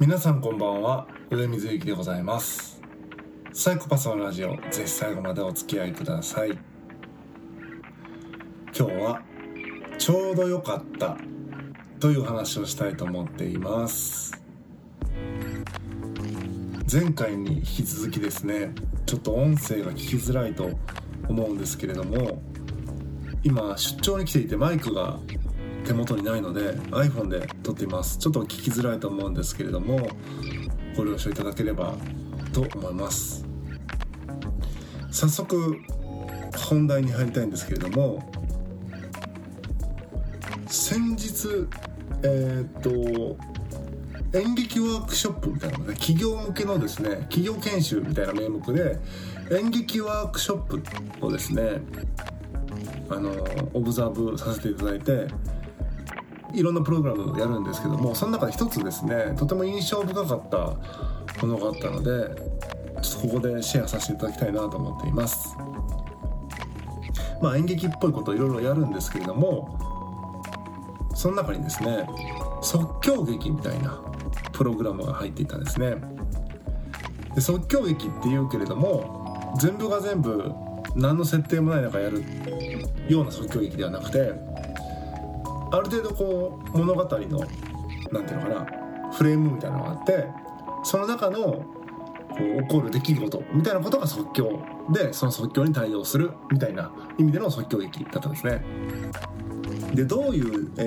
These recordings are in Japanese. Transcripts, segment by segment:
皆さんこんばんは、上水幸でございます。サイコパスのラジオ、ぜひ最後までお付き合いください。今日はちょうど良かったという話をしたいと思っています。前回に引き続きですね、ちょっと音声が聞きづらいと思うんですけれども、今出張に来ていてマイクが手元にないので iPhone で撮っています。ちょっと聞きづらいと思うんですけれども、ご了承いただければと思います。早速本題に入りたいんですけれども、先日演劇ワークショップみたいなので、企業向けのですね、企業研修みたいな名目で演劇ワークショップをですね、オブザーブさせていただいて、いろんなプログラムをやるんですけども、その中で一つですね、とても印象深かったものがあったので、ちょっとここでシェアさせていただきたいなと思っています。演劇っぽいことをいろいろやるんですけれども、その中にですね、即興劇みたいなプログラムが入っていたんですね。で、即興劇っていうけれども、全部が全部何の設定もない中やるような即興劇ではなくて、ある程度こう物語のなんていうのかな、フレームみたいなのがあって、その中のこう起こる出来事みたいなことが即興で、その即興に対応するみたいな意味での即興劇だったんですね。で、どういう、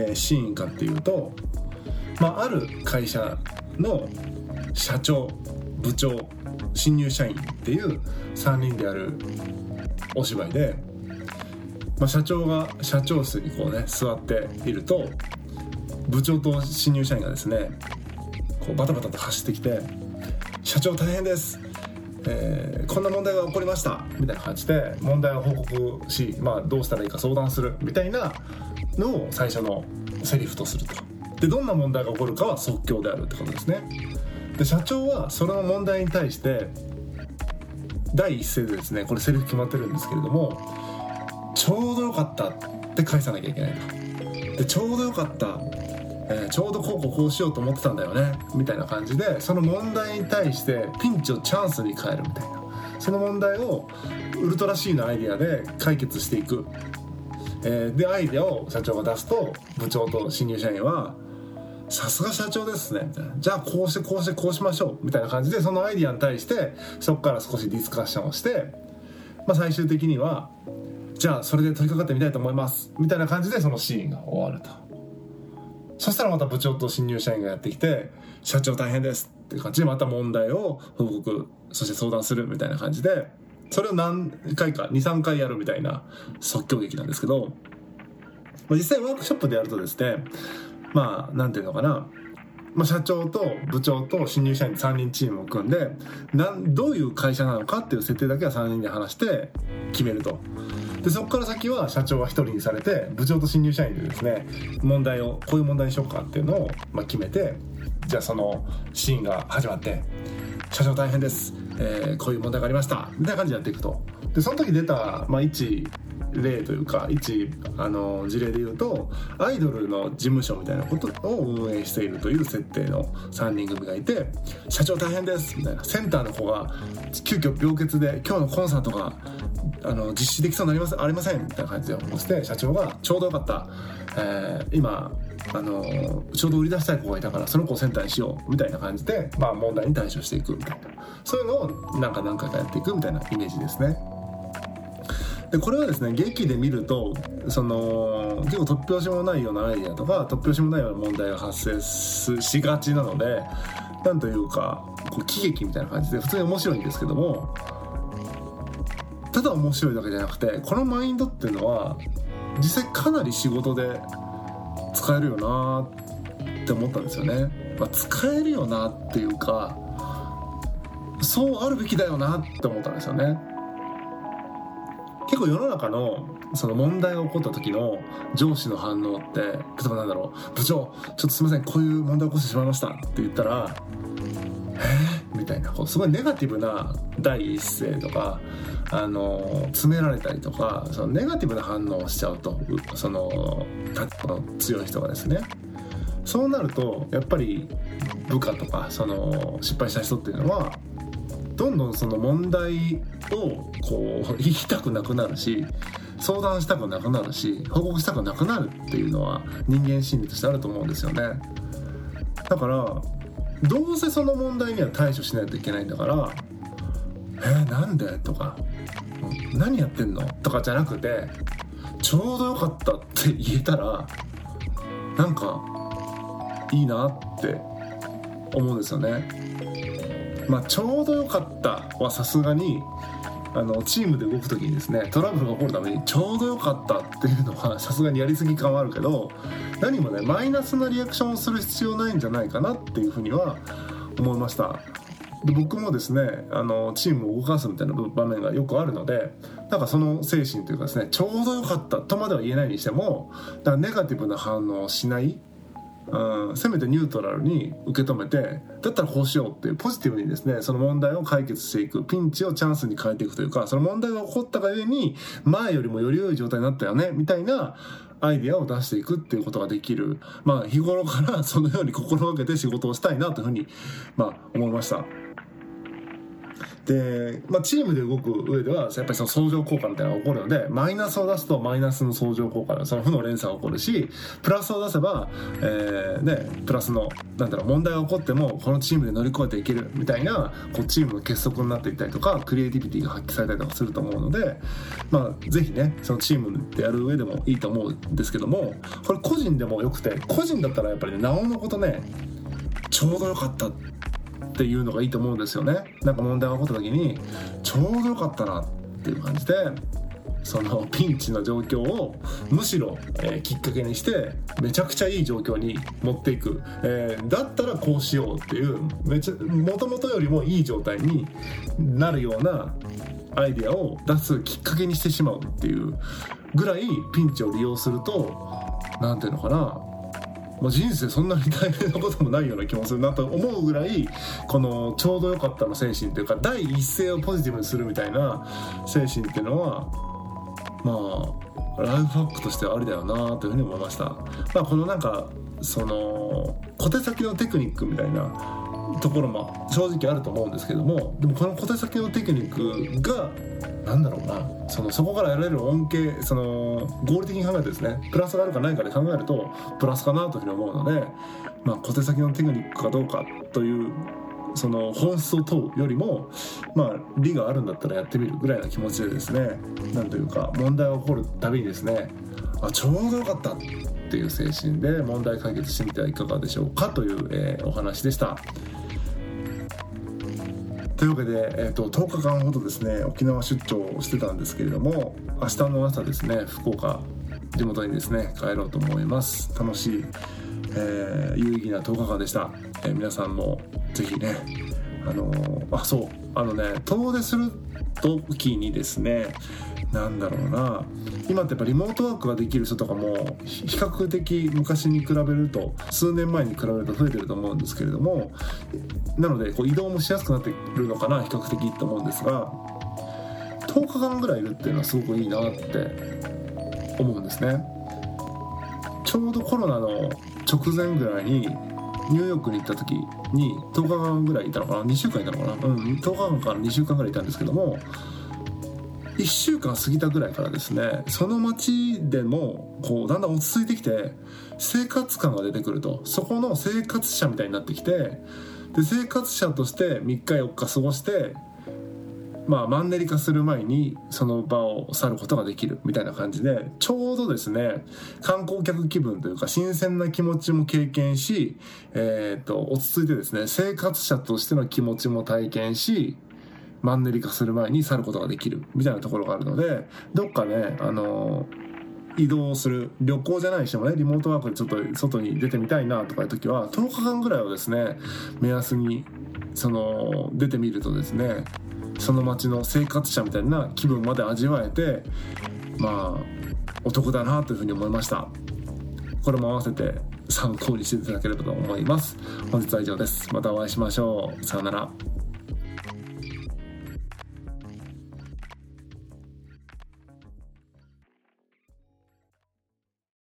シーンかっていうと、ある会社の社長、部長、新入社員っていう3人でやるお芝居で、社長が社長室にこうね座っていると、部長と新入社員がですね、こうバタバタと走ってきて、社長大変です、こんな問題が起こりましたみたいな感じで問題を報告し、どうしたらいいか相談するみたいなのを最初のセリフとすると。で、どんな問題が起こるかは即興であるってことですね。で、社長はその問題に対して第一声でですね、これセリフ決まってるんですけれども、ちょうどよかったって返さなきゃいけないと。で、ちょうどよかった、ちょうどこうしようと思ってたんだよねみたいな感じで、その問題に対してピンチをチャンスに変えるみたいな、その問題をウルトラ C のアイデアで解決していく。で、アイデアを社長が出すと、部長と新入社員はさすが社長ですねみたいな、じゃあこうしましょうみたいな感じで、そのアイデアに対してそこから少しディスカッションをして、最終的にはじゃあそれで取り掛かってみたいと思いますみたいな感じで、そのシーンが終わると。そしたらまた部長と新入社員がやってきて、社長大変ですっていう感じでまた問題を報告、そして相談するみたいな感じで、それを何回か 2,3 回やるみたいな即興劇なんですけど、実際ワークショップでやるとですね、なんていうのかな、社長と部長と新入社員3人チームを組んで、どういう会社なのかっていう設定だけは3人で話して決めると。で、そこから先は社長は1人にされて、部長と新入社員でですね、問題をこういう問題にしようかっていうのを決めて、じゃあそのシーンが始まって、社長大変です、こういう問題がありましたみたいな感じでやっていくと。で、その時出た、一例というか、一事例で言うと、アイドルの事務所みたいなことを運営しているという設定の3人組がいて、社長大変ですみたいな、センターの子が急遽病欠で今日のコンサートが実施できそうになりありませんみたいな感じで起こして、社長がちょうどよかった、今ちょうど売り出したい子がいたからその子をセンターにしようみたいな感じで、問題に対処していくみたいな、そういうのを何回かやっていくみたいなイメージですね。で、これはですね、劇で見ると結構突拍子もないようなアイデアとか、突拍子もないような問題が発生しがちなので、なんというかこう喜劇みたいな感じで普通に面白いんですけども、ただ面白いだけじゃなくて、このマインドっていうのは実際かなり仕事で使えるよなって思ったんですよね。使えるよなっていうか、そうあるべきだよなって思ったんですよね。結構世の中のその問題が起こった時の上司の反応って、例えば部長ちょっとすいません、こういう問題を起こしてしまいましたって言ったら、みたいな、すごいネガティブな第一声とか、詰められたりとか、そのネガティブな反応をしちゃうと、その立場の強い人がですね、そうなるとやっぱり部下とかその失敗した人っていうのはどんどんその問題をこう言いたくなくなるし、相談したくなくなるし、報告したくなくなるっていうのは人間心理としてあると思うんですよね。だからどうせその問題には対処しないといけないんだからなんでとか何やってんのとかじゃなくて、ちょうどよかったって言えたらなんかいいなって思うんですよね。ちょうどよかったはさすがにチームで動くときにですね、トラブルが起こるためにちょうどよかったっていうのはさすがにやりすぎ感はあるけど、何もねマイナスなリアクションをする必要ないんじゃないかなっていうふうには思いました。で僕もですねチームを動かすみたいな場面がよくあるので、なんかその精神というかですね、ちょうどよかったとまでは言えないにしても、だからネガティブな反応をしない、せめてニュートラルに受け止めて、だったらこうしようっていうポジティブにですねその問題を解決していく、ピンチをチャンスに変えていくというか、その問題が起こったがゆえに前よりもより良い状態になったよねみたいなアイデアを出していくっていうことができる、日頃からそのように心がけて仕事をしたいなというふうに思いました。で、チームで動く上ではやっぱりその相乗効果みたいなのが起こるので、マイナスを出すとマイナスの相乗効果、その負の連鎖が起こるし、プラスを出せば、プラスの問題が起こってもこのチームで乗り越えていけるみたいなチームの結束になっていったりとか、クリエイティビティが発揮されたりとかすると思うので、ぜひねそのチームでやる上でもいいと思うんですけども、これ個人でもよくて、個人だったらやっぱりなおのことね、ちょうどよかったっていうのがいいと思うんですよね。なんか問題が起こった時にちょうどよかったなっていう感じで、そのピンチの状況をむしろ、きっかけにしてめちゃくちゃいい状況に持っていく、だったらこうしようっていうもともとよりもいい状態になるようなアイデアを出すきっかけにしてしまうっていうぐらいピンチを利用すると、なんていうのかな、人生そんなに大変なこともないような気もするなと思うぐらい、このちょうどよかったの精神というか、第一声をポジティブにするみたいな精神っていうのはライフハックとしてはありだよなというふうに思いました。このなんかその小手先のテクニックみたいなところも正直あると思うんですけども、でもこの小手先のテクニックがそこから得られる恩恵、その合理的に考えてですね、プラスがあるかないかで考えるとプラスかなというふうに思うので、小手先のテクニックかどうかというその本質を問うよりも、利があるんだったらやってみるぐらいな気持ちでですね、なんというか問題が起こるたびにですね、ちょうどよかったっていう精神で問題解決してみてはいかがでしょうかという、お話でした。というわけで、10日間ほどですね沖縄出張をしてたんですけれども、明日の朝ですね福岡地元にですね帰ろうと思います。楽しい、有意義な10日間でした。皆さんもぜひね遠出する時にですね、今ってやっぱリモートワークができる人とかも比較的昔に比べると、数年前に比べると増えてると思うんですけれども、なので移動もしやすくなってくるのかな比較的と思うんですが、10日間ぐらいいるっていうのはすごくいいなって思うんですね。ちょうどコロナの直前ぐらいにニューヨークに行った時に10日間ぐらいいたのかな、2週間いたのかな、10日間から2週間ぐらいいたんですけども、1週間過ぎたぐらいからですね、その街でもだんだん落ち着いてきて生活感が出てくると、そこの生活者みたいになってきて、で生活者として3日4日過ごして、マンネリ化する前にその場を去ることができるみたいな感じで、ちょうどですね観光客気分というか新鮮な気持ちも経験し、落ち着いてですね生活者としての気持ちも体験し、マンネリ化する前に去ることができるみたいなところがあるので、どっかね移動する、旅行じゃないにしてもねリモートワークでちょっと外に出てみたいなとかいう時は10日間ぐらいをですね目安に出てみるとですね、その街の生活者みたいな気分まで味わえて、お得だなというふうに思いました。これも合わせて参考にしていただければと思います。本日は以上です。またお会いしましょう。さよなら。